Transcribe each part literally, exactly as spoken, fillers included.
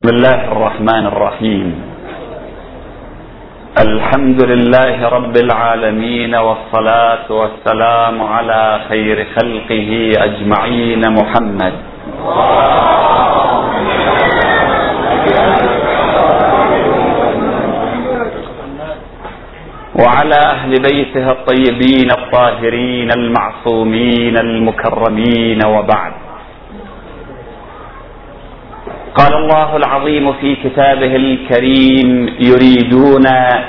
بسم الله الرحمن الرحيم. الحمد لله رب العالمين، والصلاة والسلام على خير خلقه أجمعين محمد وعلى أهل بيته الطيبين الطاهرين المعصومين المكرمين، وبعد. قال الله العظيم في كتابه الكريم: يريدون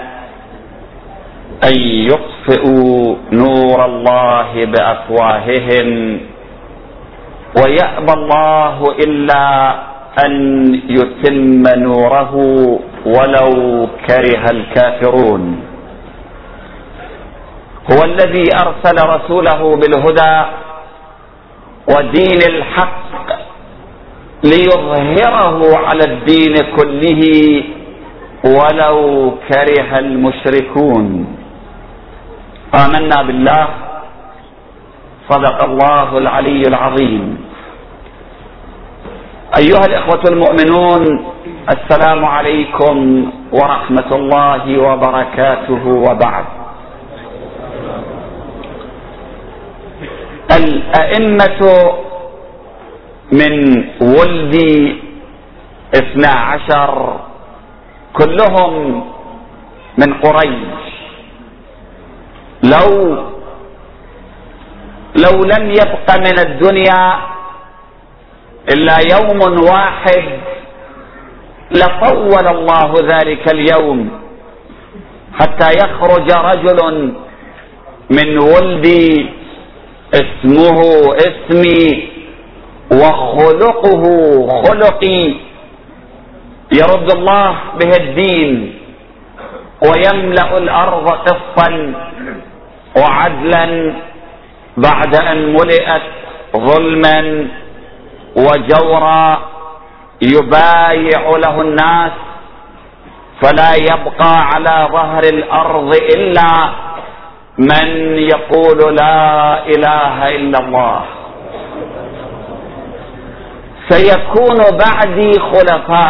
أن يطفئوا نور الله بأفواههم ويأبى الله إلا أن يتم نوره ولو كره الكافرون. هو الذي أرسل رسوله بالهدى ودين الحق ليظهره على الدين كله ولو كره المشركون. آمنا بالله، صدق الله العلي العظيم. أيها الإخوة المؤمنون، السلام عليكم ورحمة الله وبركاته، وبعد. الأئمة من ولد اثنا عشر كلهم من قريش. لو لو لم يبق من الدنيا إلا يوم واحد لطول الله ذلك اليوم حتى يخرج رجل من ولدي اسمه اسمي وخلقه خلقي يرد الله به الدين ويملأ الأرض قسطا وعدلا بعد أن ملئت ظلما وجورا يبايع له الناس، فلا يبقى على ظهر الأرض إلا من يقول لا إله إلا الله. سيكون بعدي خلفاء،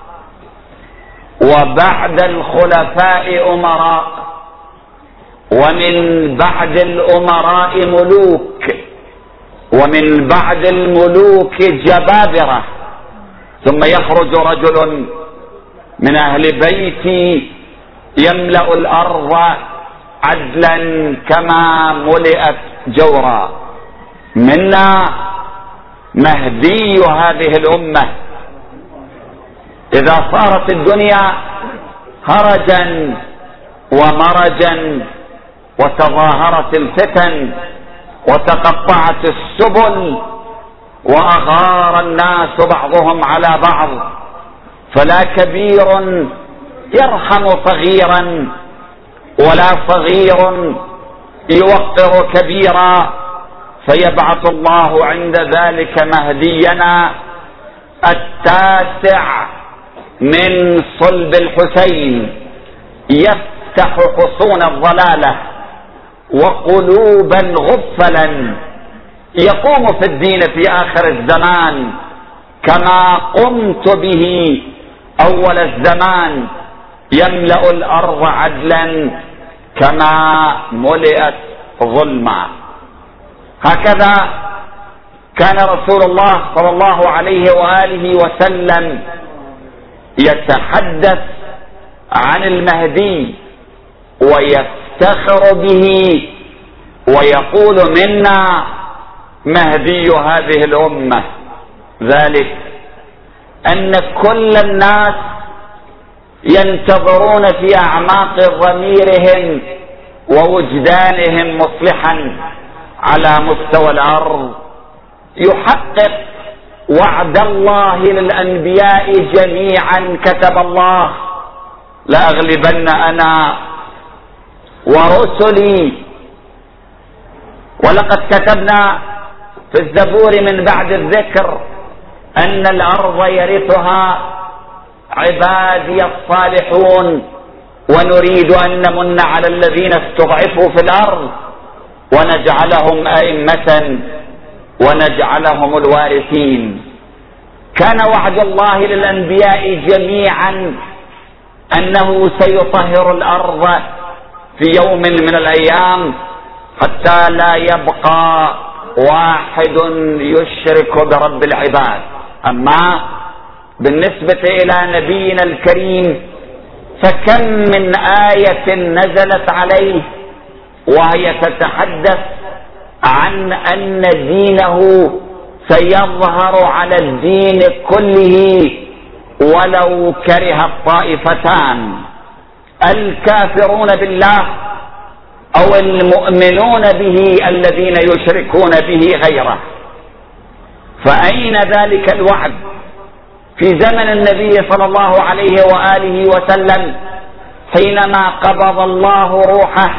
وبعد الخلفاء أمراء، ومن بعد الأمراء ملوك، ومن بعد الملوك جبابرة، ثم يخرج رجل من أهل بيتي يملأ الأرض عدلا كما ملئت جورا. منا مهدي هذه الأمة. إذا صارت الدنيا هرجا ومرجا وتظاهرت الفتن وتقطعت السبل وأغار الناس بعضهم على بعض، فلا كبير يرحم صغيرا ولا صغير يوقر كبيرا، فيبعث الله عند ذلك مهدينا التاسع من صلب الحسين، يفتح حصون الضلالة وقلوبا غفلا، يقوم في الدين في آخر الزمان كما قمت به أول الزمان، يملأ الأرض عدلا كما ملئت ظلما. هكذا كان رسول الله صلى الله عليه وآله وسلم يتحدث عن المهدي ويفتخر به ويقول: منا مهدي هذه الأمة. ذلك أن كل الناس ينتظرون في أعماق ضميرهم ووجدانهم مصلحا على مستوى الأرض يحقق وعد الله للأنبياء جميعا. كتب الله: لأغلبن أنا ورسلي. ولقد كتبنا في الزبور من بعد الذكر أن الأرض يرثها عبادي الصالحون، ونريد أن نمن على الذين استضعفوا في الأرض ونجعلهم أئمة ونجعلهم الوارثين. كان وعد الله للأنبياء جميعا أنه سيطهر الأرض في يوم من الأيام حتى لا يبقى واحد يشرك برب العباد. أما بالنسبة إلى نبينا الكريم فكم من آية نزلت عليه وهي تتحدث عن أن دينه سيظهر على الدين كله ولو كره الطائفتان، الكافرون بالله أو المؤمنون به الذين يشركون به غيره. فأين ذلك الوعد في زمن النبي صلى الله عليه وآله وسلم حينما قبض الله روحه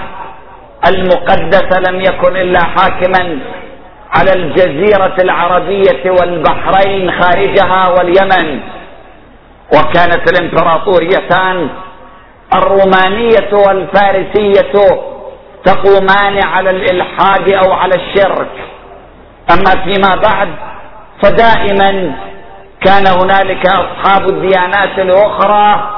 المقدس؟ لم يكن إلا حاكما على الجزيرة العربية والبحرين خارجها واليمن، وكانت الامبراطوريتان الرومانية والفارسية تقومان على الإلحاد أو على الشرك. أما فيما بعد فدائما كان هنالك أصحاب الديانات الأخرى،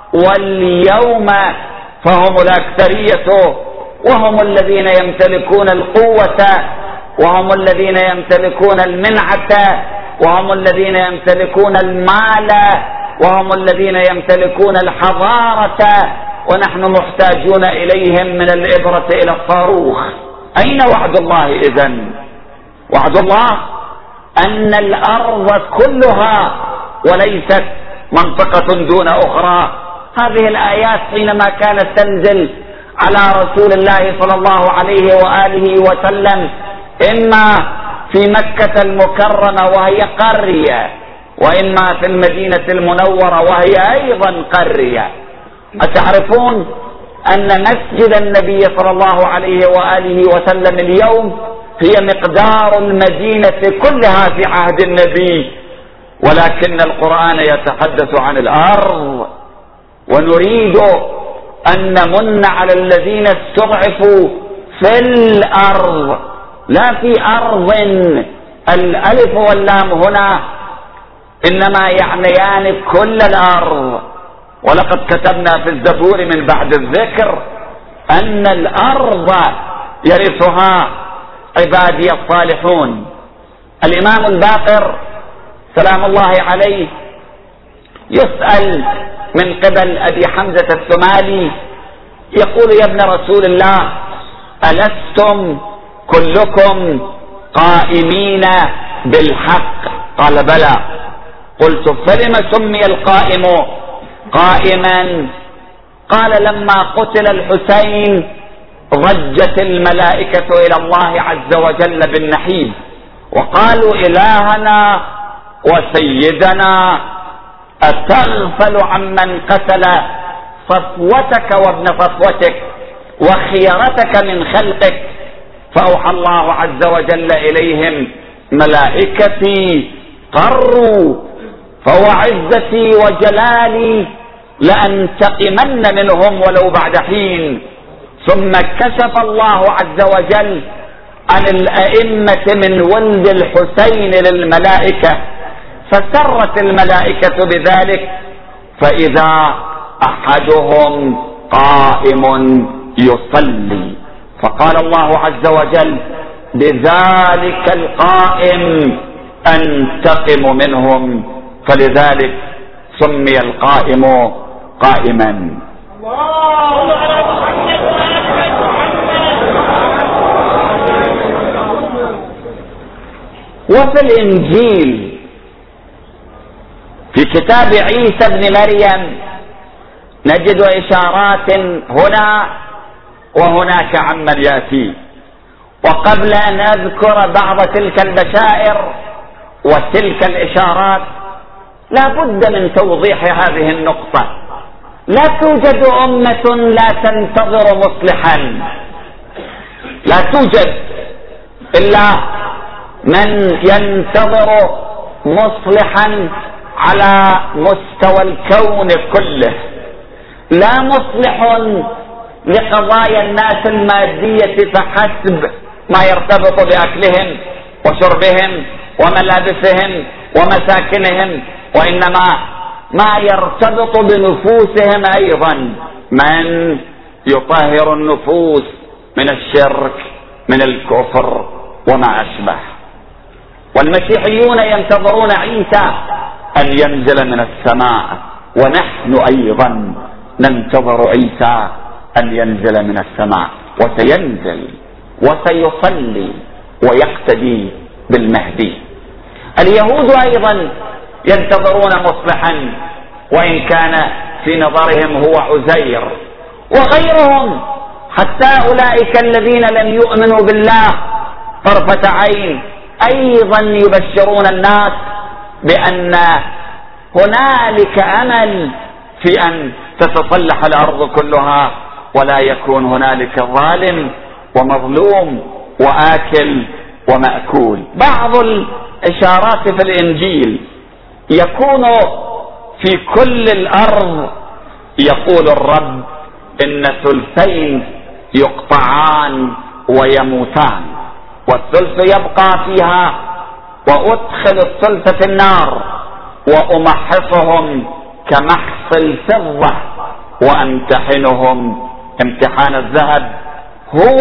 واليوم فهم الأكثرية، وهم الذين يمتلكون القوة، وهم الذين يمتلكون المنعة، وهم الذين يمتلكون المال، وهم الذين يمتلكون الحضارة، ونحن محتاجون إليهم من الإبرة إلى الصاروخ. أين وعد الله إذن؟ وعد الله أن الأرض كلها وليست منطقة دون أخرى. هذه الآيات حينما كانت تنزل على رسول الله صلى الله عليه وآله وسلم إما في مكة المكرمة وهي قرية، وإما في المدينة المنورة وهي أيضا قرية. أتعرفون أن مسجد النبي صلى الله عليه وآله وسلم اليوم هي مقدار المدينة كلها في عهد النبي، ولكن القرآن يتحدث عن الأرض، ونريد أن نمن على الذين استضعفوا في الأرض لا في أرض. الألف واللام هنا إنما يعنيان كل الأرض، ولقد كتبنا في الزبور من بعد الذكر أن الأرض يرثها عبادي الصالحون. الإمام الباقر سلام الله عليه يسأل من قبل أبي حمزة الثمالي يقول: يا ابن رسول الله، ألستم كلكم قائمين بالحق؟ قال: بلى. قلت: فلم سمي القائم قائما؟ قال: لما قتل الحسين ضجت الملائكة إلى الله عز وجل بالنحيب، وقالوا: إلهنا وسيدنا، أتغفل عمن قتل صفوتك وابن صفوتك وخيرتك من خلقك؟ فأوحى الله عز وجل إليهم: ملائكتي قروا، فوعزتي وجلالي لأنتقمن منهم ولو بعد حين. ثم كشف الله عز وجل عن الأئمة من ولد الحسين للملائكة، فسرت الملائكة بذلك، فإذا أحدهم قائم يصلي، فقال الله عز وجل: بذلك القائم أنتقم منهم، فلذلك سمي القائم قائما. وفي الإنجيل في كتاب عيسى بن مريم نجد إشارات هنا وهناك عمن يأتي. وقبل أن أذكر بعض تلك البشائر وتلك الإشارات لا بد من توضيح هذه النقطة. لا توجد أمة لا تنتظر مصلحا، لا توجد إلا من ينتظر مصلحا على مستوى الكون كله، لا مصلح لقضايا الناس المادية فحسب، ما يرتبط بأكلهم وشربهم وملابسهم ومساكنهم، وإنما ما يرتبط بنفوسهم أيضا. من يطهر النفوس من الشرك، من الكفر وما أشبه. والمسيحيون ينتظرون عيسى أن ينزل من السماء، ونحن أيضا ننتظر عيسى أن ينزل من السماء، وسينزل وسيصلي ويقتدي بالمهدي. اليهود أيضا ينتظرون مصلحا، وإن كان في نظرهم هو عزير، وغيرهم حتى أولئك الذين لم يؤمنوا بالله طرفة عين أيضا يبشرون الناس بأن هنالك أمل في أن تتصلح الأرض كلها، ولا يكون هنالك ظالم ومظلوم وآكل ومأكول. بعض الإشارات في الإنجيل يكون في كل الأرض يقول الرب إن ثلثين يقطعان ويموتان، والثلث يبقى فيها، وأدخل الثلث في النار وأمحصهم كمحص الفضة وأمتحنهم امتحان الذهب. هو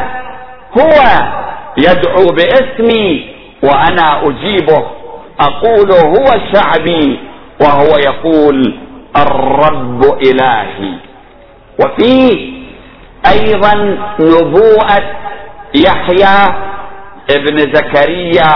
هو يدعو باسمي وأنا أجيبه، أقول هو شعبي وهو يقول الرب إلهي. وفي أيضا نبوءة يحيى ابن زكريا،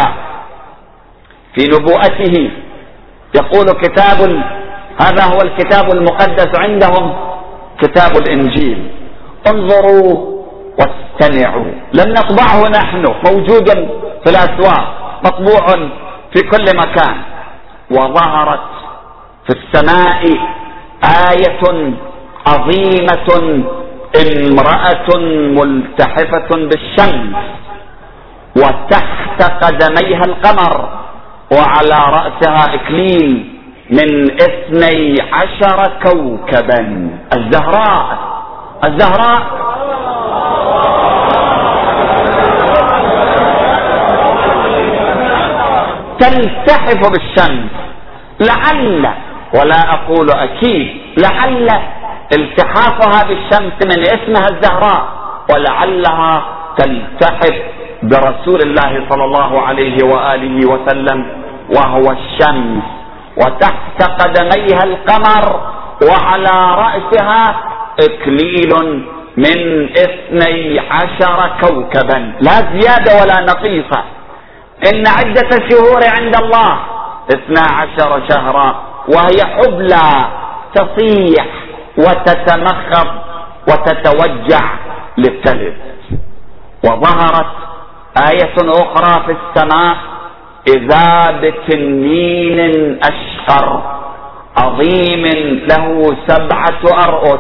في نبوءته يقول كتاب، هذا هو الكتاب المقدس عندهم كتاب الإنجيل، انظروا واستمعوا. لم نطبعه نحن، موجود في الأسواق، مطبوع في كل مكان. وظهرت في السماء آية عظيمة، امرأة ملتحفة بالشمس وتحت قدميها القمر، وعلى رأسها إكليل من اثني عشر كوكبا. الزهراء الزهراء تلتحف بالشمس، لعل، ولا أقول أكيد، لعل التحافها بالشمس من اسمها الزهراء، ولعلها تلتحف برسول الله صلى الله عليه وآله وسلم وهو الشمس، وتحت قدميها القمر، وعلى رأسها إكليل من اثني عشر كوكبا، لا زيادة ولا نقيصة. إن عدة الشهور عند الله اثنا عشر شهرا، وهي حبلى تصيح وتتمخض وتتوجع للتلد. وظهرت آية أخرى في السماء، إذا بتنين أشقر عظيم له سبعة أرؤس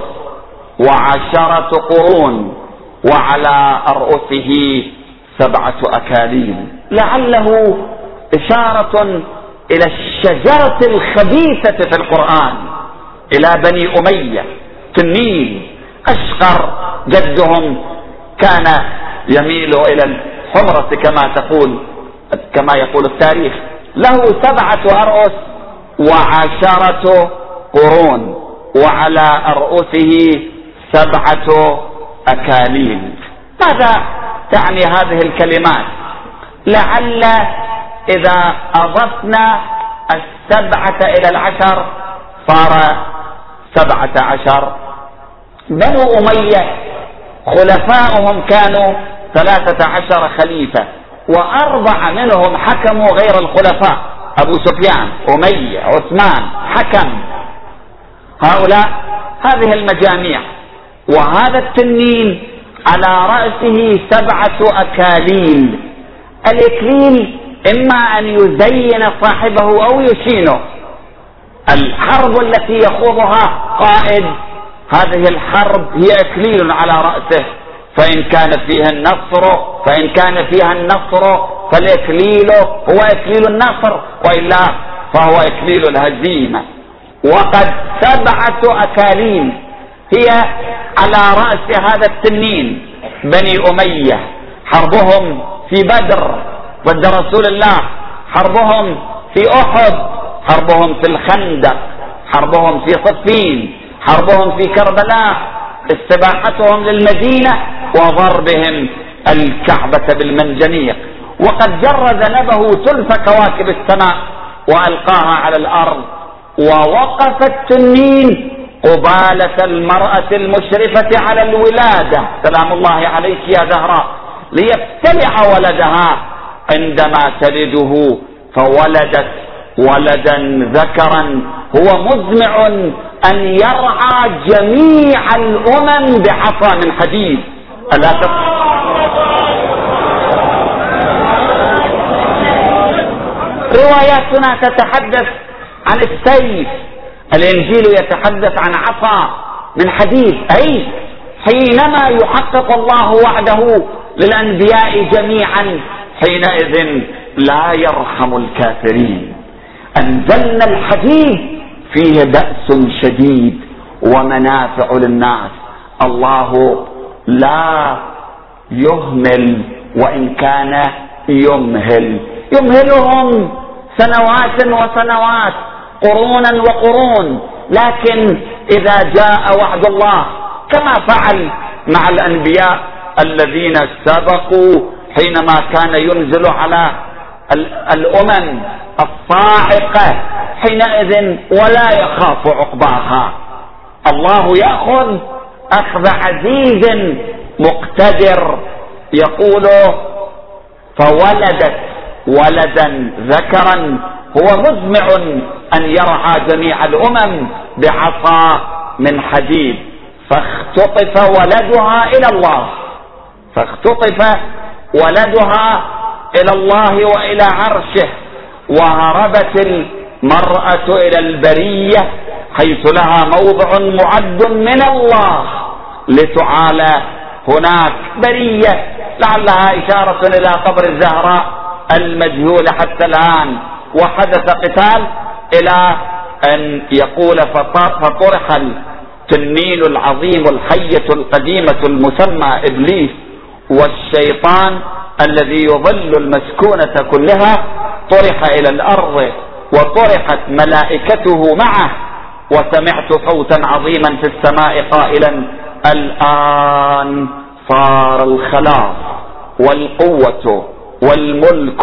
وعشرة قرون، وعلى أرؤسه سبعة أكاليل، لعله إشارة إلى الشجرة الخبيثة في القرآن، إلى بني أمية. تنين أشقر جدهم كان يميل إلى الحمرة كما تقول كما يقول التاريخ، له سبعة أرؤس وعشرة قرون، وعلى أرؤسه سبعة أكاليل. ماذا تعني هذه الكلمات؟ لعل إذا أضفنا السبعة إلى العشر صار سبعة عشر. بنو أمية خلفاؤهم كانوا ثلاثة عشر خليفة، وأربعة منهم حكموا غير الخلفاء، أبو سفيان، أمية، عثمان، حكم، هؤلاء هذه المجاميع. وهذا التنين على رأسه سبعة أكاليل. الإكليل إما أن يزين صاحبه أو يشينه. الحرب التي يخوضها قائد هذه الحرب هي إكليل على رأسه، فإن كان فيها النصر فإن كان فيها النصر فالإكليل هو إكليل النصر، وإلا فهو إكليل الهزيمة. وقد سبعة أكاليل هي على رأس هذا التنين. بني أمية حربهم في بدر ضد رسول الله، حربهم في أحد، حربهم في الخندق، حربهم في صفين، حربهم في كربلاء، استباحتهم للمدينة وضربهم الكعبة بالمنجنيق. وقد جر ذنبه تلف كواكب السماء وألقاها على الأرض، ووقف التنين قبالة المرأة المشرفة على الولادة سلام الله عليك يا زهراء ليبتلع ولدها عندما تلده، فولدت ولدا ذكرا هو مزمع أن يرعى جميع الأمم بعصا من حديد. ألا تفهم؟ رواياتنا تتحدث عن السيف، الإنجيل يتحدث عن عصا من حديد. أي حينما يحقق الله وعده للأنبياء جميعا حينئذ لا يرحم الكافرين. أنزلنا الحديد فيه بأس شديد ومنافع للناس. الله لا يهمل وإن كان يمهل، يمهلهم سنوات وسنوات، قرونا وقرون، لكن إذا جاء وعد الله كما فعل مع الأنبياء الذين سبقوا حينما كان ينزل على الأمم الصاعقة حينئذ ولا يخاف عقباها. الله يأخذ أخذ عزيز مقتدر، يقول فولدت ولدا ذكرا هو مزمع أن يرعى جميع الأمم بعصا من حديد، فاختطف ولدها إلى الله، فاختطف ولدها إلى الله وإلى عرشه، وهربت المرأة إلى البرية حيث لها موضع معد من الله لتعالى هناك برية، لعلها إشارة إلى قبر الزهراء المجهول حتى الآن. وحدث قتال إلى أن يقول فطرح التنين العظيم الحية القديمة المسمى إبليس والشيطان الذي يظل المسكونة كلها، طرح إلى الأرض وطرحت ملائكته معه، وسمعت صوتا عظيما في السماء قائلا الآن صار الخلاص والقوة والملك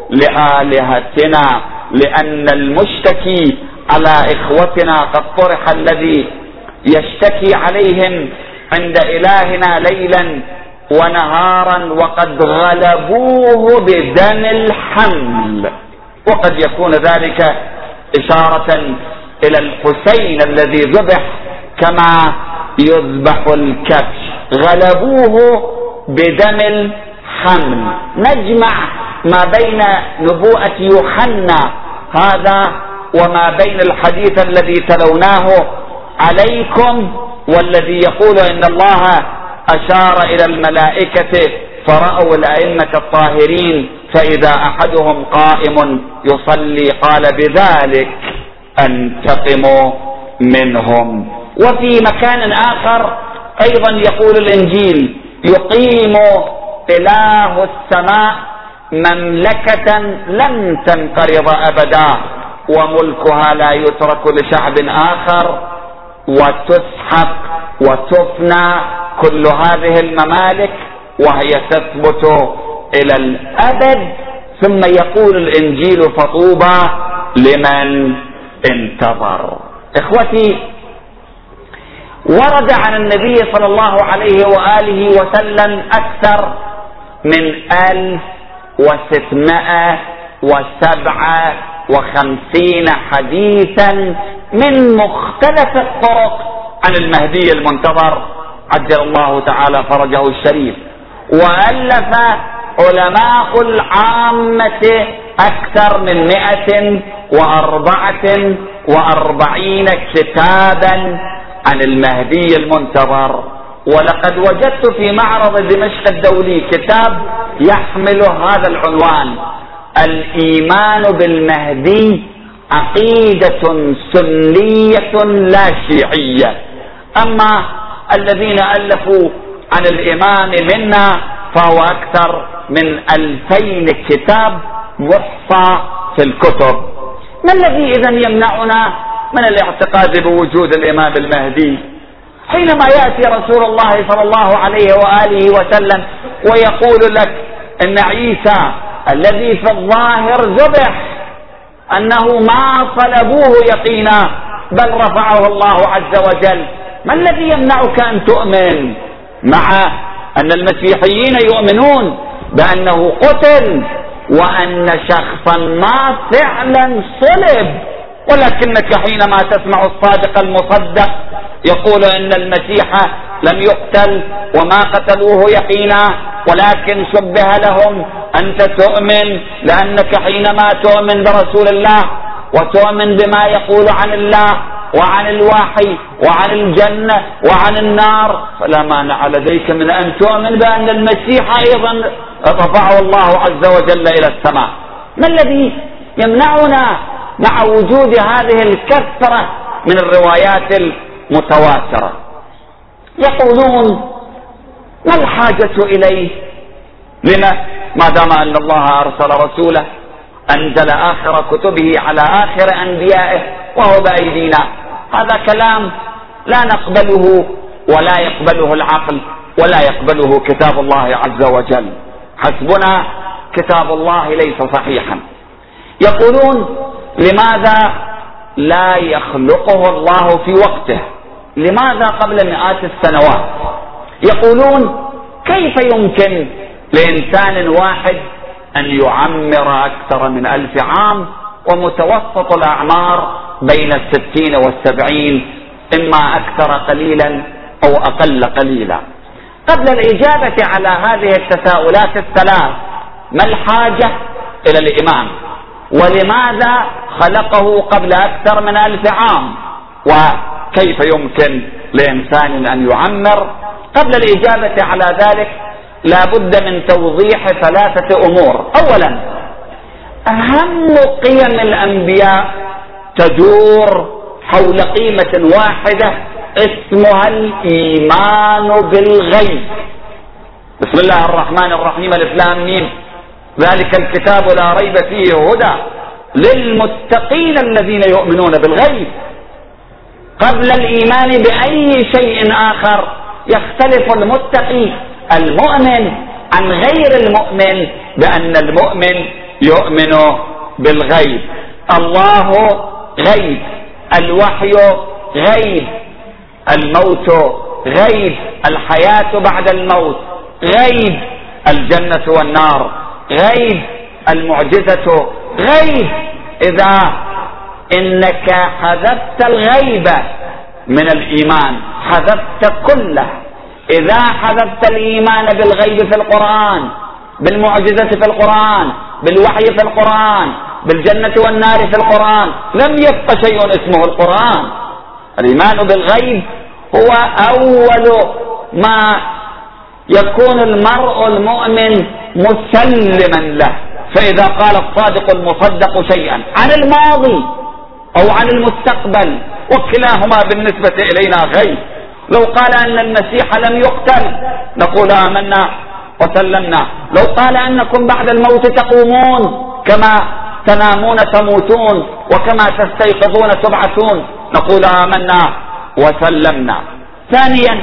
لآلهتنا، لأن المشتكي على إخوتنا قد طرح الذي يشتكي عليهم عند إلهنا ليلا ونهارا، وقد غلبوه بدم الحمل. وقد يكون ذلك إشارة إلى الحسين الذي ذبح كما يذبح الكبش، غلبوه بدم الحمل. نجمع ما بين نبوءة يوحنا هذا وما بين الحديث الذي تلوناه عليكم، والذي يقول إن الله أشار إلى الملائكة فرأوا الأئمة الطاهرين فإذا أحدهم قائم يصلي قال بذلك أنتقم منهم. وفي مكان آخر أيضا يقول الإنجيل يقيم إله السماء مملكة لن تنقرض أبدا، وملكها لا يترك لشعب آخر، وتسحق وتفنى كل هذه الممالك وهي تثبت إلى الأبد. ثم يقول الإنجيل فطوبى لمن انتظر. إخوتي، ورد عن النبي صلى الله عليه وآله وسلم أكثر من ألف وستمائة وسبعة وخمسين حديثا من مختلف الطرق عن المهدي المنتظر عجل الله تعالى فرجه الشريف. وألف علماء العامة أكثر من مئة وأربعة وأربعين كتابا عن المهدي المنتظر. ولقد وجدت في معرض دمشق الدولي كتاب يحمل هذا العنوان: الإيمان بالمهدي عقيدة سنية لا شيعية. أما الذين ألفوا عن الإمام منا فهو أكثر من ألفين كتاب محصى في الكتب. ما الذي إذن يمنعنا من الاعتقاد بوجود الإمام المهدي؟ حينما يأتي رسول الله صلى الله عليه وآله وسلم ويقول لك إن عيسى الذي في الظاهر ذبح أنه ما صلبوه يقينا بل رفعه الله عز وجل، ما الذي يمنعك أن تؤمن؟ مع أن المسيحيين يؤمنون بأنه قتل وأن شخصا ما فعلا صلب، ولكنك حينما تسمع الصادق المصدق يقول إن المسيح لم يقتل وما قتلوه يقينا ولكن شبه لهم، أنت تؤمن لأنك حينما تؤمن برسول الله وتؤمن بما يقول عن الله وعن الوحي وعن الجنة وعن النار فلا مانع لديك من أن تؤمن بأن المسيح أيضا رفعه الله عز وجل إلى السماء. ما الذي يمنعنا مع وجود هذه الكثرة من الروايات المتواترة؟ يقولون ما الحاجة إليه؟ لما؟ ما دام أن الله أرسل رسوله أنزل آخر كتبه على آخر أنبيائه وهو بأيدينا. هذا كلام لا نقبله ولا يقبله العقل ولا يقبله كتاب الله عز وجل. حسبنا كتاب الله ليس صحيحا. يقولون لماذا لا يخلقه الله في وقته؟ لماذا قبل مئات السنوات؟ يقولون كيف يمكن لإنسان واحد أن يعمر أكثر من ألف عام ومتوسط الأعمار بين الستين والسبعين، إما أكثر قليلا أو أقل قليلا؟ قبل الإجابة على هذه التساؤلات الثلاث، ما الحاجة إلى الإمام؟ ولماذا خلقه قبل أكثر من ألف عام؟ وكيف يمكن لإنسان أن يعمر؟ قبل الإجابة على ذلك لا بد من توضيح ثلاثة أمور. أولا، أهم قيم الأنبياء تدور حول قيمة واحدة اسمها الإيمان بالغيب. بسم الله الرحمن الرحيم، الف لام ميم، ذلك الكتاب لا ريب فيه هدى للمتقين الذين يؤمنون بالغيب. قبل الإيمان بأي شيء آخر يختلف المتقي المؤمن عن غير المؤمن بأن المؤمن يؤمن بالغيب. الله غيب، الوحي غيب، الموت غيب، الحياة بعد الموت غيب، الجنة والنار غيب، المعجزة غيب. إذا إنك حذفت الغيب من الإيمان حذفت كله. إذا حذفت الإيمان بالغيب في القرآن، بالمعجزة في القرآن، بالوحي في القرآن، بالجنة والنار في القرآن، لم يبق شيء اسمه القرآن. الإيمان بالغيب هو أول ما يكون المرء المؤمن مسلما له. فإذا قال الصادق المصدق شيئا عن الماضي أو عن المستقبل وكلاهما بالنسبة إلينا غيب. لو قال أن المسيح لم يقتل نقول آمنا وسلمنا. لو قال أنكم بعد الموت تقومون كما تنامون تموتون وكما تستيقظون تبعثون نقول آمنا وسلمنا. ثانيا،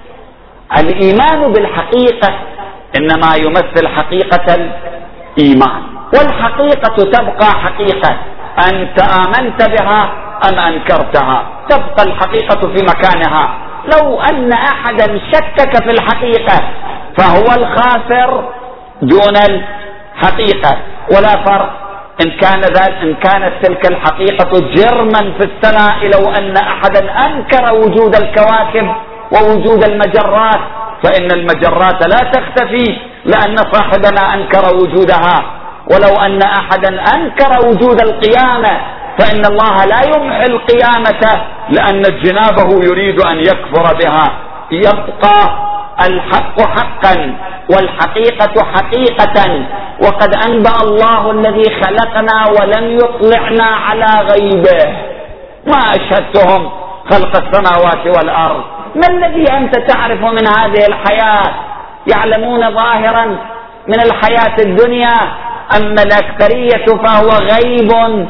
الإيمان بالحقيقة إنما يمثل حقيقة الإيمان، والحقيقة تبقى حقيقة أنت آمنت بها أم أنكرتها، تبقى الحقيقة في مكانها. لو أن أحدا شكك في الحقيقة فهو الخاسر دون الحقيقة، ولا فرق إن كان ذلك إن كانت تلك الحقيقة جرما في السماء. لو أن أحدا أنكر وجود الكواكب ووجود المجرات فإن المجرات لا تختفي لأن صاحبنا أنكر وجودها. ولو أن أحدا أنكر وجود القيامة فإن الله لا يمحي القيامة لأن جنابه يريد أن يكفر بها. يبقى الحق حقا والحقيقة حقيقة. وقد أنبأ الله الذي خلقنا ولم يطلعنا على غيبه، ما أشهدتهم خلق السماوات والأرض. ما الذي أنت تعرف من هذه الحياة؟ يعلمون ظاهرا من الحياة الدنيا، أما الأكثرية فهو غيب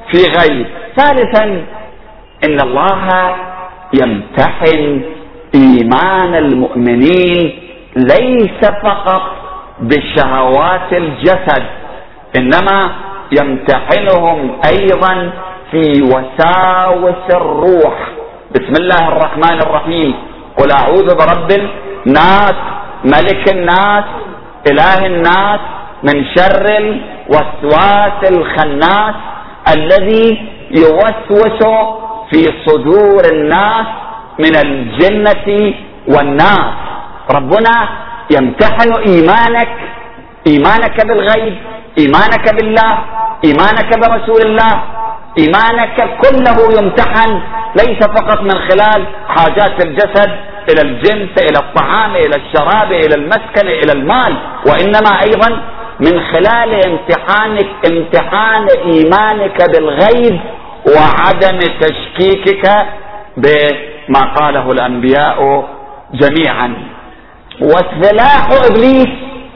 في غيب. ثالثا إن الله يمتحن إيمان المؤمنين ليس فقط بشهوات الجسد، إنما يمتحنهم أيضا في وساوس الروح. بسم الله الرحمن الرحيم، قل أعوذ برب الناس ملك الناس إله الناس من شر الوسواس الخناس الذي يوسوس في صدور الناس من الجنة والناس. ربنا يمتحن إيمانك، إيمانك بالغيب، إيمانك بالله، إيمانك برسول الله، إيمانك كله يمتحن، ليس فقط من خلال حاجات الجسد إلى الجنس، إلى الطعام، إلى الشراب، إلى المسكن، إلى المال، وإنما أيضا من خلال امتحانك امتحان إيمانك بالغيب وعدم تشكيكك بما قاله الأنبياء جميعا. وسلاح إبليس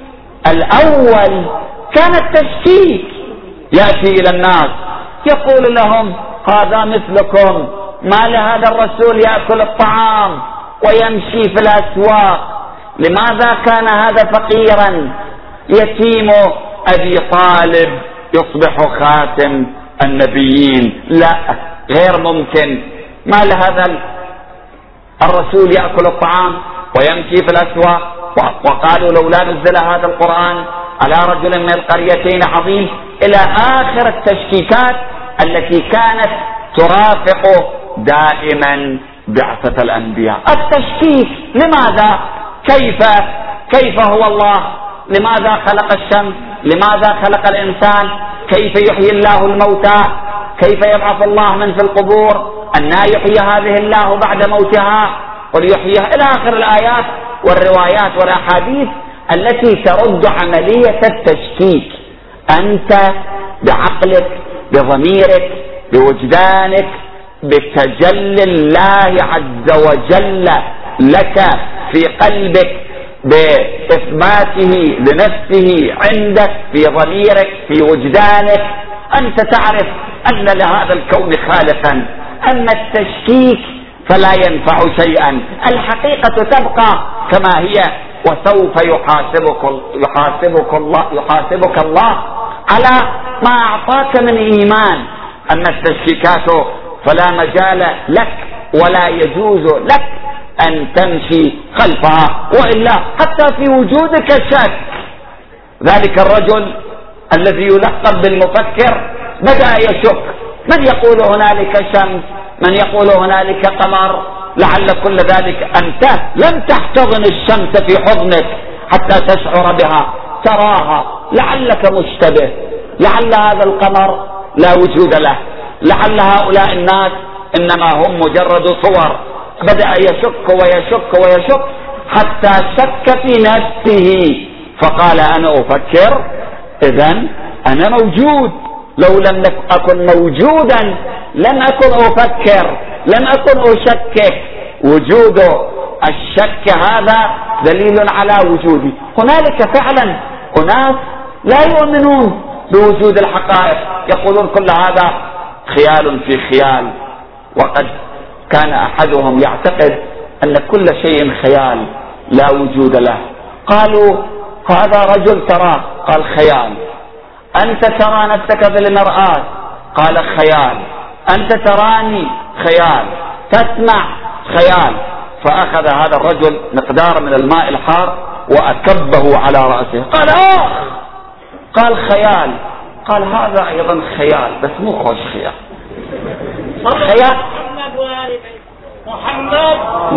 الأول كان التشكيك. يأتي إلى الناس يقول لهم هذا مثلكم، ما لهذا الرسول يأكل الطعام ويمشي في الأسواق، لماذا كان هذا فقيرا؟ يتيم أبي طالب يصبح خاتم النبيين؟ لا، غير ممكن. ما لهذا الرسول يأكل الطعام ويمشي في الأسواق؟ وقالوا لولا نزل هذا القرآن على رجل من القريتين عظيم، إلى آخر التشكيكات التي كانت ترافق دائما بعثة الأنبياء. التشكيك، لماذا؟ كيف كيف هو الله؟ لماذا خلق الشمس؟ لماذا خلق الإنسان؟ كيف يحيي الله الموتى؟ كيف يبعث الله من في القبور؟ أنى يحيي هذه الله بعد موتها؟ قل يحييها، إلى آخر الآيات والروايات والأحاديث التي ترد عملية التشكيك. أنت بعقلك، بضميرك، بوجدانك، بتجلي الله عز وجل لك في قلبك، بإثباته لنفسه عندك في ضميرك في وجدانك، أنت تعرف أن لهذا الكون خالقا. أما التشكيك فلا ينفع شيئا، الحقيقة تبقى كما هي، وسوف يحاسبك يحاسبك الله يحاسبك الله على ما أعطاك من إيمان. أما التشكيكات فلا مجال لك ولا يجوز لك أن تمشي خلفها، وإلا حتى في وجودك شك. ذلك الرجل الذي يلقب بالمفكر بدأ يشك، من يقول هنالك شمس، من يقول هنالك قمر، لعل كل ذلك أنت لم تحتضن الشمس في حضنك حتى تشعر بها، تراها، لعلك مشتبه، لعل هذا القمر لا وجود له، لعل هؤلاء الناس إنما هم مجرد صور. بدأ يشك ويشك ويشك حتى شك في نفسه، فقال أنا أفكر، إذن أنا موجود، لو لم أكن موجودا لم أكن أفكر، لم أكن أشكك. وجود الشك هذا دليل على وجودي. هنالك فعلا أناس لا يؤمنون بوجود الحقائق، يقولون كل هذا خيال في خيال، وقد كان أحدهم يعتقد أن كل شيء خيال لا وجود له. قالوا هذا رجل تراه، قال خيال. أنت ترى نفسك في المرآة، قال خيال. أنت تراني، خيال. تسمع، خيال. فأخذ هذا الرجل مقدار من الماء الحار وأكبه على رأسه، قال آه، قال خيال. قال هذا أيضا خيال، بس مو خوش خيال، خيال محمد.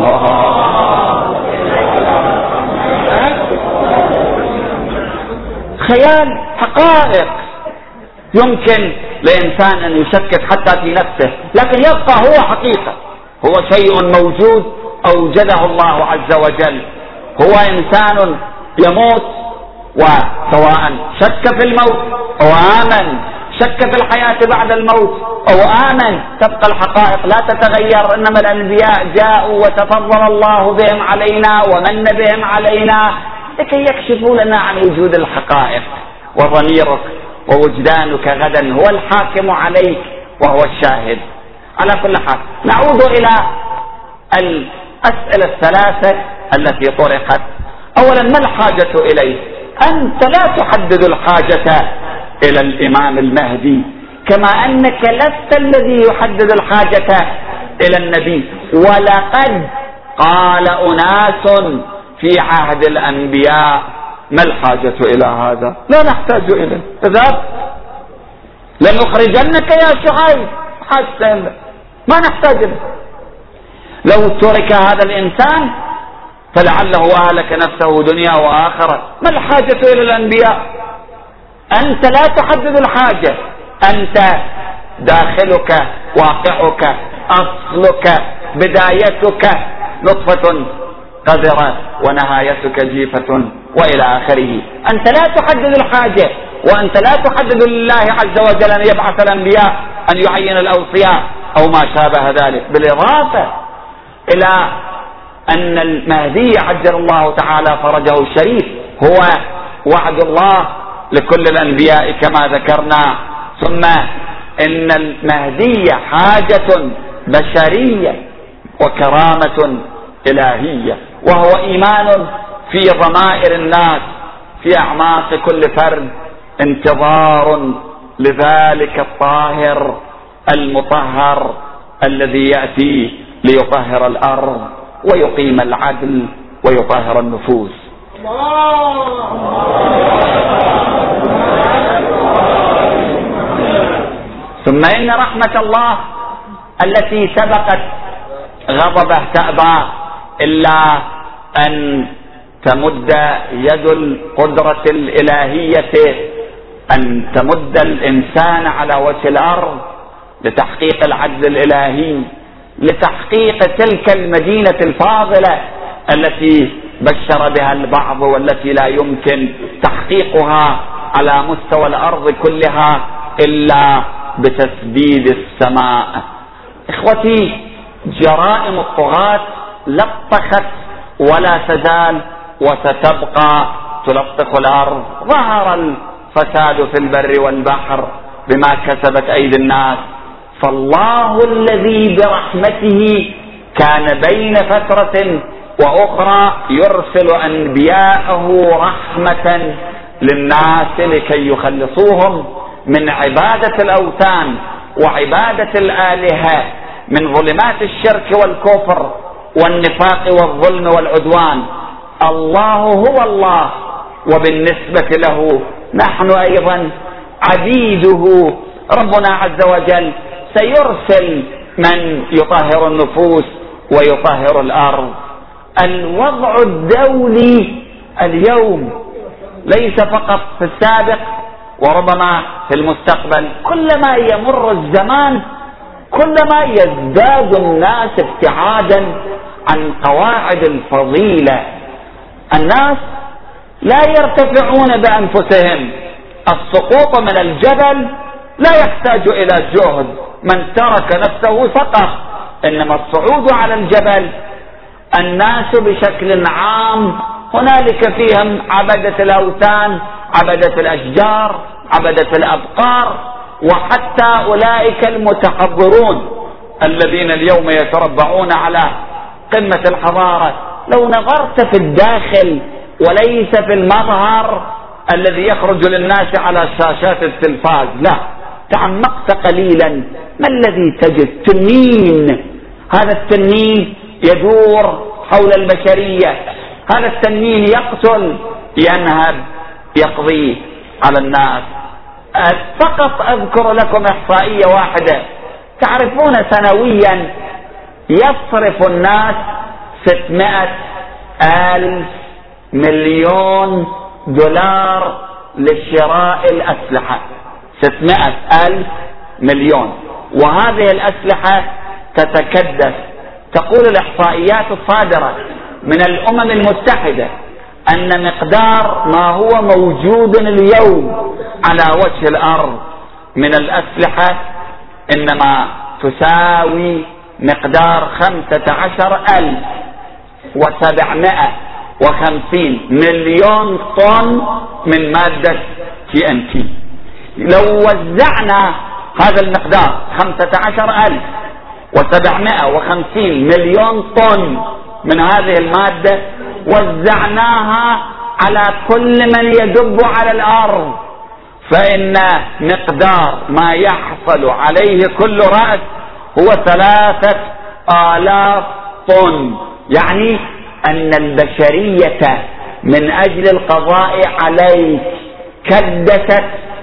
خيال، حقائق يمكن لإنسان أن يشكك حتى في نفسه، لكن يبقى هو حقيقة، هو شيء موجود أوجده الله عز وجل. هو إنسان يموت، وسواء شك في الموت أو آمن، شك في الحياة بعد الموت أو آمن، تبقى الحقائق لا تتغير. إنما الأنبياء جاءوا وتفضل الله بهم علينا ومن بهم علينا لكي يكشفوا لنا عن وجود الحقائق. وضميرك ووجدانك غدا هو الحاكم عليك وهو الشاهد. على كل حال نعود إلى الأسئلة الثلاثة التي طرحت. أولا، ما الحاجة إليه؟ أنت لا تحدد الحاجة إلى الإمام المهدي، كما أنك لست الذي يحدد الحاجة إلى النبي. ولقد قال أناس في عهد الأنبياء: ما الحاجة إلى هذا؟ لا نحتاج إليه، اذهب لنخرجنك يا شعيب، حسن ما نحتاج إليه. لو ترك هذا الإنسان فلعله أهلك نفسه دنيا وآخرة. ما الحاجة إلى الأنبياء؟ أنت لا تحدد الحاجة، أنت داخلك واقعك أصلك بدايتك نطفة قذرة ونهايتك جيفة وإلى آخره. أنت لا تحدد الحاجة، وأنت لا تحدد لله عز وجل أن يبعث الأنبياء، أن يعين الأوصياء أو ما شابه ذلك. بالإضافة إلى أن المهدي عجل الله تعالى فرجه الشريف هو وعد الله لكل الأنبياء كما ذكرنا. ثم إن المهدي حاجة بشرية وكرامة إلهية، وهو إيمان في ضمائر الناس، في أعماق كل فرد انتظار لذلك الطاهر المطهر الذي يأتي ليطهر الأرض ويقيم العدل ويطهر النفوس. ثم إن رحمة الله التي سبقت غضبه تأبى إلا أن تمد يد القدرة الإلهية، أن تمد الإنسان على وجه الأرض لتحقيق العدل الإلهي، لتحقيق تلك المدينة الفاضلة التي بشر بها البعض والتي لا يمكن تحقيقها على مستوى الأرض كلها إلا بتسديد السماء. إخوتي، جرائم الطغاة لطخت ولا تزال وستبقى تلطخ الأرض. ظهر الفساد في البر والبحر بما كسبت أيدي الناس، فالله الذي برحمته كان بين فترة وأخرى يرسل أنبياءه رحمة للناس لكي يخلصوهم من عبادة الأوثان وعبادة الآلهة، من ظلمات الشرك والكفر والنفاق والظلم والعدوان. الله هو الله، وبالنسبة له نحن أيضا عبيده. ربنا عز وجل سيرسل من يطهر النفوس ويطهر الأرض. الوضع الدولي اليوم ليس فقط في السابق وربما في المستقبل، كلما يمر الزمان كلما يزداد الناس ابتعادا عن قواعد الفضيلة. الناس لا يرتفعون بأنفسهم. السقوط من الجبل لا يحتاج إلى جهد، من ترك نفسه سقط، إنما الصعود على الجبل الناس بشكل عام هنالك فيهم عبدة الأوثان، عبدة الأشجار، عبدة الأبقار، وحتى أولئك المتحضرون الذين اليوم يتربعون على قمة الحضارة. لو نظرت في الداخل وليس في المظهر الذي يخرج للناس على شاشات التلفاز، لا، تعمقت قليلا، ما الذي تجد؟ تنين. هذا التنين يدور حول البشرية، هذا التنين يقتل، ينهب، يقضي على الناس. فقط أذكر لكم إحصائية واحدة. تعرفون سنويا يصرف الناس ستمائة ألف مليون دولار لشراء الأسلحة، ستمائة ألف مليون. وهذه الأسلحة تتكدس. تقول الإحصائيات الصادرة من الأمم المتحدة أن مقدار ما هو موجود اليوم على وجه الأرض من الأسلحة إنما تساوي مقدار خمسة عشر ألف وسبعمائة وخمسين مليون طن من مادة تي ان تي. لو وزعنا هذا المقدار خمسة عشر ألف وسبعمائة وخمسين مليون طن من هذه المادة، وزعناها على كل من يدب على الأرض، فإن مقدار ما يحصل عليه كل رأس هو ثلاثة آلاف طن. يعني أن البشرية من أجل القضاء عليك كدست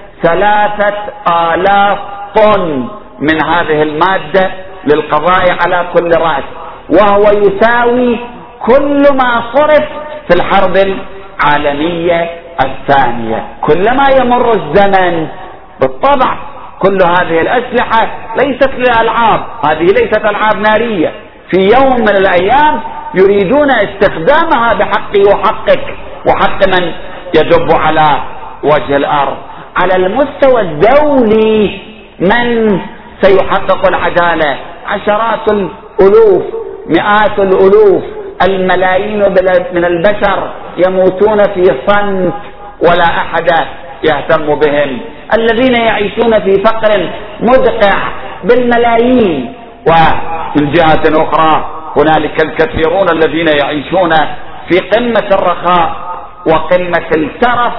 ثلاثة آلاف طن من هذه المادة للقضاء على كل رأس، وهو يساوي كل ما صرف في الحرب العالمية الثانية. كلما يمر الزمن بالطبع كل هذه الأسلحة ليست للألعاب، هذه ليست ألعاب نارية، في يوم من الأيام يريدون استخدامها بحقي وحقك وحق من يدب على وجه الأرض. على المستوى الدولي من سيحقق العدالة؟ عشرات الألوف، مئات الألوف، الملايين من البشر يموتون في صمت ولا أحد يهتم بهم، الذين يعيشون في فقر مدقع بالملايين، ومن جهة أخرى هنالك الكثيرون الذين يعيشون في قمة الرخاء وقمة الترف،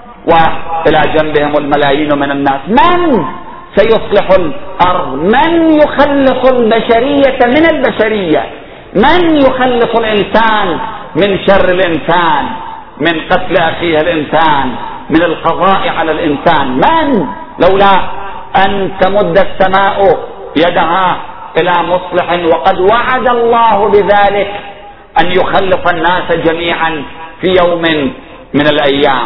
وإلى جنبهم الملايين من الناس. من سيصلح الأرض؟ من يخلص البشرية من البشرية؟ من يخلص الإنسان من شر الإنسان، من قتل أخيه الإنسان، من القضاء على الإنسان؟ من؟ لولا أن تمد السماء يدها إلى مصلح، وقد وعد الله بذلك أن يخلص الناس جميعا في يوم من الأيام.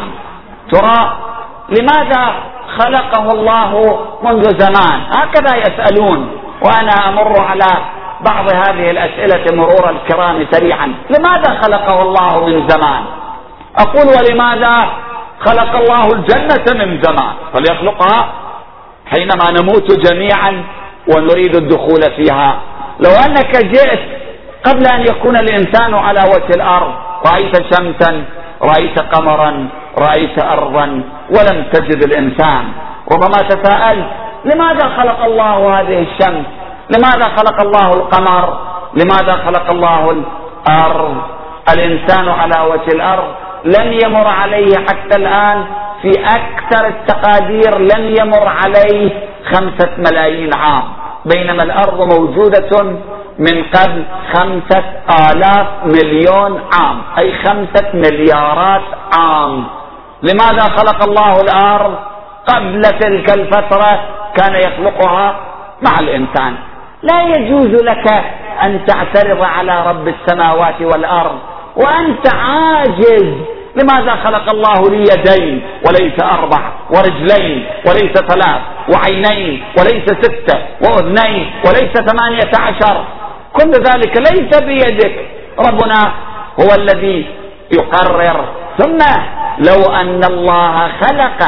ترى لماذا خلقه الله منذ زمان؟ هكذا يسألون، وأنا أمر على بعض هذه الأسئلة مرور الكرام سريعا. لماذا خلقه الله من زمان؟ أقول ولماذا خلق الله الجنة من زمان؟ فليخلقها حينما نموت جميعا ونريد الدخول فيها. لو أنك جئت قبل أن يكون الإنسان على وجه الأرض، رأيت شمسا، رأيت قمرا، رأيت أرضا، ولم تجد الإنسان، ربما تساءلت لماذا خلق الله هذه الشمس؟ لماذا خلق الله القمر؟ لماذا خلق الله الأرض؟ الإنسان على وجه الأرض لن يمر عليه حتى الآن في أكثر التقادير لن يمر عليه خمسة ملايين عام، بينما الأرض موجودة من قبل خمسة آلاف مليون عام، أي خمسة مليارات عام. لماذا خلق الله الأرض قبل تلك الفترة؟ كان يخلقها مع الإنسان. لا يجوز لك أن تعترض على رب السماوات والأرض وأنت عاجز. لماذا خلق الله لي يدين وليس أربع، ورجلين وليس ثلاث، وعينين وليس ستة، وأذنين وليس ثمانية عشر؟ كل ذلك ليس بيدك، ربنا هو الذي يقرر. ثم لو أن الله خلق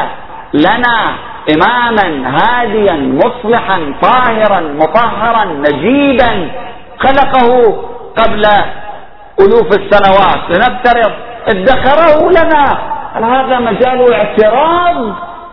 لنا إماما هاديا مصلحا طاهرا مطهرا نجيبا، خلقه قبل ألوف السنوات، لنفترض ادخره لنا، هل هذا مجال اعتراض؟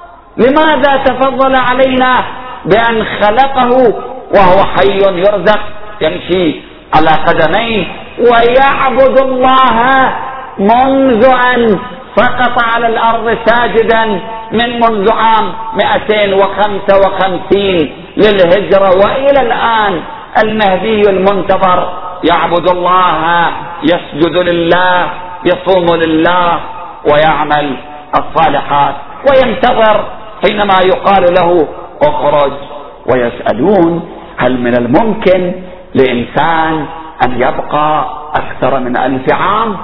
لماذا تفضل علينا بأن خلقه وهو حي يرزق يمشي على قدميه ويعبد الله منذ أن سقط على الأرض ساجدا من منذ عام مئتين وخمسة وخمسين للهجرة وإلى الآن المهدي المنتظر يعبد الله، يسجد لله، يصوم لله، ويعمل الصالحات، وينتظر حينما يقال له اخرج. ويسألون هل من الممكن لإنسان أن يبقى أكثر من ألف عام؟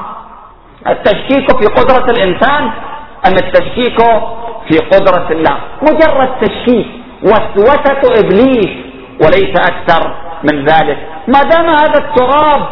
التشكيك في قدرة الإنسان أم التشكيك في قدرة الله؟ مجرد تشكيك، وسوسة إبليس وليس أكثر من ذلك. ما دام هذا التراب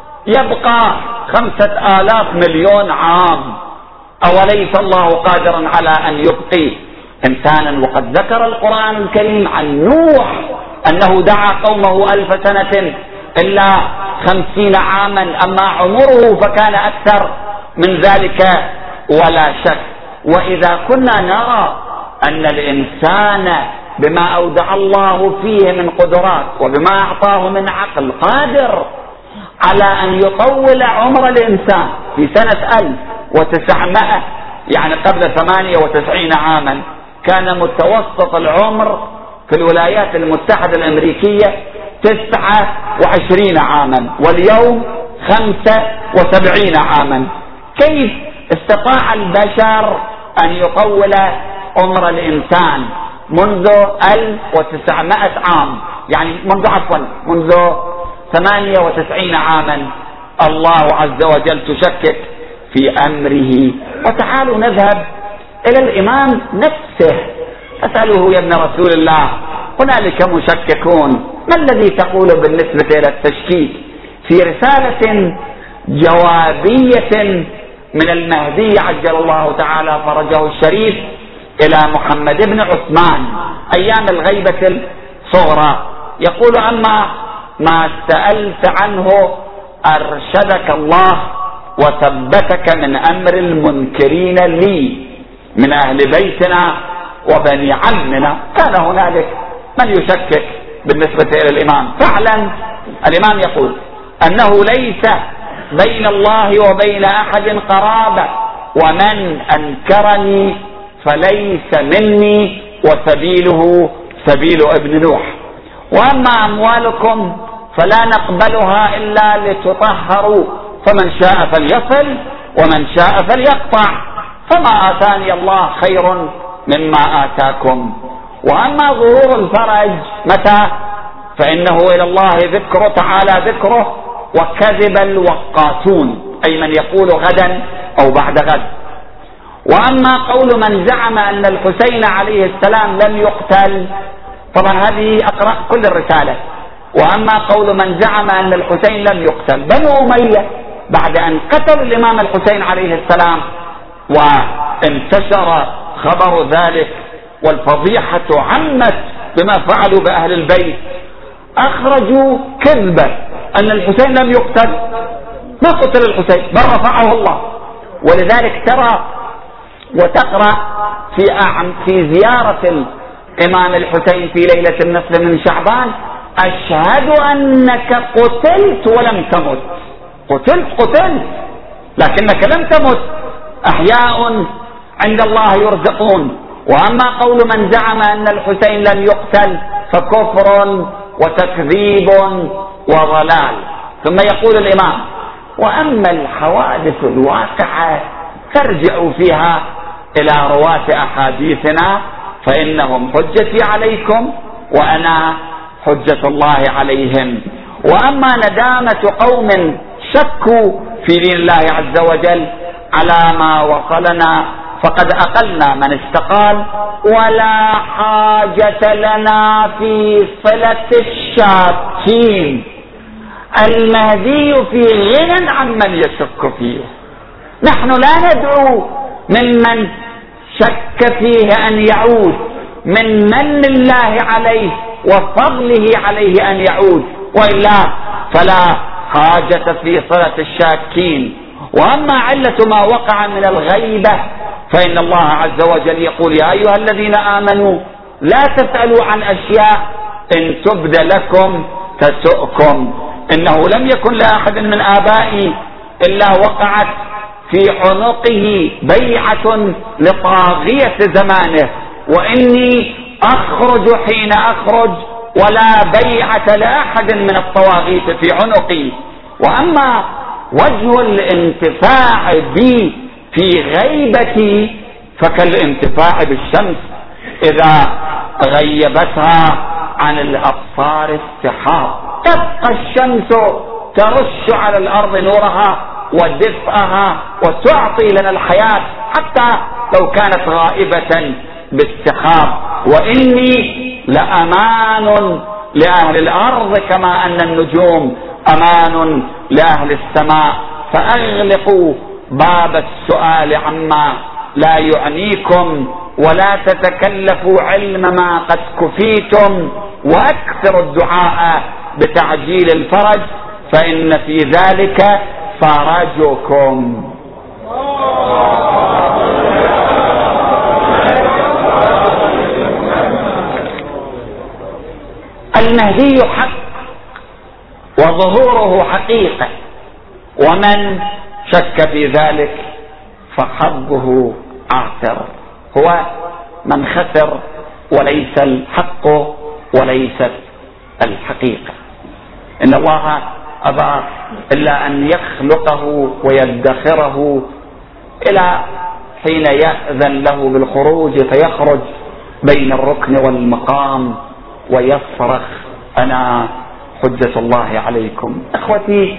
يبقى خمسة آلاف مليون عام، أوليس الله قادرا على أن يبقي إنسانا؟ وقد ذكر القرآن الكريم عن نوح أنه دعا قومه ألف سنة إلا خمسين عاما، أما عمره فكان أكثر من ذلك ولا شك. وإذا كنا نرى أن الإنسان بما أودع الله فيه من قدرات وبما أعطاه من عقل قادر على أن يطول عمر الإنسان. في سنة ألف وتسعمائة يعني قبل ثمانية وتسعين عاما كان متوسط العمر في الولايات المتحدة الأمريكية تسعة وعشرين عاما، واليوم خمسة وسبعين عاما. كيف استطاع البشر أن يطول عمر الإنسان منذ ألف وتسعمائة عام، يعني منذ عفوا منذ ثمانية وتسعين عاما؟ الله عز وجل تشكك في أمره. وتعالوا نذهب إلى الإمام نفسه أسأله يا ابن رسول الله، هنالك مشككون، ما الذي تقول بالنسبة إلى التشكيك؟ في رسالة جوابية من المهدي عجل الله تعالى فرجه الشريف إلى محمد بن عثمان أيام الغيبة الصغرى يقول: أما ما سألت عنه أرشدك الله وثبتك من أمر المنكرين لي من أهل بيتنا وبني عمنا. كان هنالك من يشكك بالنسبة إلى الإمام. فعلا الإمام يقول أنه ليس بين الله وبين أحد قرابة، ومن أنكرني فليس مني وسبيله سبيل ابن نوح. وأما أموالكم فلا نقبلها إلا لتطهروا، فمن شاء فليصل ومن شاء فليقطع، فما آتاني الله خير مما آتاكم. وأما ظهور الفرج متى؟ فإنه إلى الله ذكره تعالى ذكره، وكذب الوقاتون أي من يقول غدا أو بعد غد. وأما قول من زعم أن الحسين عليه السلام لم يقتل، طبعا هذه أقرأ كل الرسالة. وأما قول من زعم أن الحسين لم يقتل، بنو أمية بعد أن قتل الإمام الحسين عليه السلام وانتشر خبر ذلك والفضيحة عمت بما فعلوا بأهل البيت، أخرجوا كذبة أن الحسين لم يقتل، ما قتل الحسين بل رفعه الله. ولذلك ترى وتقرأ في في زيارة الإمام الحسين في ليلة النصف من شعبان: أشهد أنك قتلت ولم تمت. قتلت قتلت لكنك لم تمت، أحياء عند الله يرزقون. وأما قول من زعم أن الحسين لم يقتل فكفر وتكذيب وضلال. ثم يقول الإمام: وأما الحوادث الواقعة ترجع فيها إلى رواة أحاديثنا فإنهم حجتي عليكم وأنا حجة الله عليهم. وأما ندامة قوم شكوا في دين الله عز وجل على ما وصلنا فقد أقلنا من استقال، ولا حاجة لنا في صلة الشاكين. المهدي في غنى عمن يشك فيه. نحن لا ندعو ممن شك فيه أن يعود، من من الله عليه وفضله عليه أن يعود، وإلا فلا حاجة في صلة الشاكين. وأما علة ما وقع من الغيبة فإن الله عز وجل يقول: يا أيها الذين آمنوا لا تسألوا عن أشياء إن تبد لكم تسؤكم. إنه لم يكن لأحد من آبائي إلا وقعت في عنقه بيعة لطاغية زمانه، وإني أخرج حين أخرج ولا بيعة لأحد من الطواغيت في عنقي. وأما وجه الانتفاع بي في غيبتي فكالانتفاع بالشمس إذا غيبتها عن الأبصار السحاب. تبقى الشمس ترش على الأرض نورها ودفئها وتعطي لنا الحياة حتى لو كانت غائبة بالسحاب. وإني لأمان لأهل الأرض كما أن النجوم أمان لأهل السماء. فأغلقوا باب السؤال عما لا يعنيكم ولا تتكلفوا علم ما قد كفيتم، وأكثروا الدعاء بتعجيل الفرج فإن في ذلك فرجكم. المهدي حق وظهوره حقيقة، ومن شك في ذلك فحظه عاثر، هو من خسر وليس الحق وليست الحقيقة. إن الله أبى إلا أن يخلقه ويدخره إلى حين يأذن له بالخروج، فيخرج بين الركن والمقام ويصرخ أنا حجة الله عليكم. أخوتي،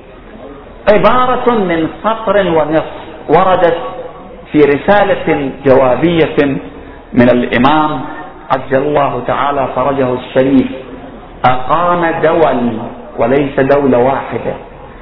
عبارة من سطر ونصف وردت في رسالة جوابية من الإمام عجل الله تعالى فرجه الشريف، أقام دول وليس دولة واحدة.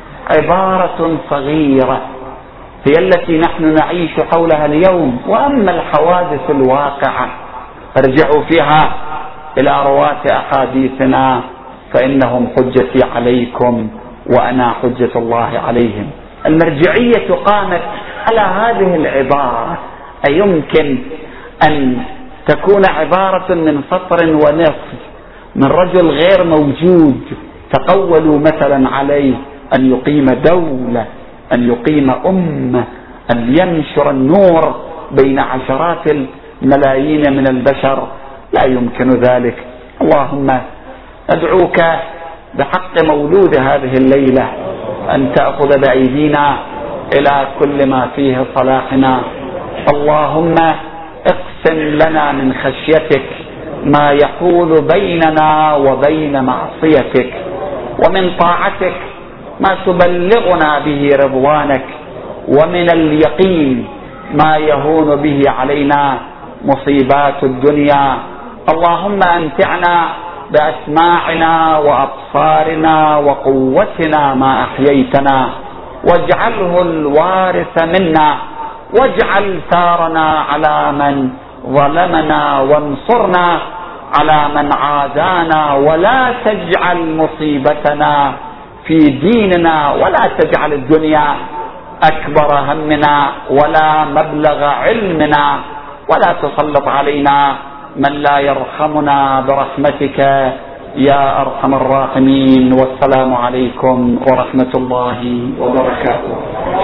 عبارة صغيرة هي التي نحن نعيش حولها اليوم، وأما الحوادث الواقعة ارجعوا فيها إلى رواة أحاديثنا فإنهم حجتي عليكم وأنا حجة الله عليهم. المرجعية قامت على هذه العبارة. أيمكن أن تكون عبارة من سطر ونصف من رجل غير موجود تقولوا مثلا عليه أن يقيم دولة، أن يقيم أمة، أن ينشر النور بين عشرات الملايين من البشر؟ لا يمكن ذلك. اللهم ندعوك بحق مولود هذه الليلة أن تأخذ بأيدينا إلى كل ما فيه صلاحنا. اللهم اقسم لنا من خشيتك ما يحول بيننا وبين معصيتك، ومن طاعتك ما تبلغنا به رضوانك، ومن اليقين ما يهون به علينا مصيبات الدنيا. اللهم أمتعنا بأسماعنا وأبصارنا وقوتنا ما أحييتنا، واجعله الوارث منا، واجعل ثارنا على من ظلمنا، وانصرنا على من عادانا، ولا تجعل مصيبتنا في ديننا، ولا تجعل الدنيا أكبر همنا ولا مبلغ علمنا، ولا تسلط علينا من لا يرحمنا برحمتك يا أرحم الراحمين. والسلام عليكم ورحمة الله وبركاته.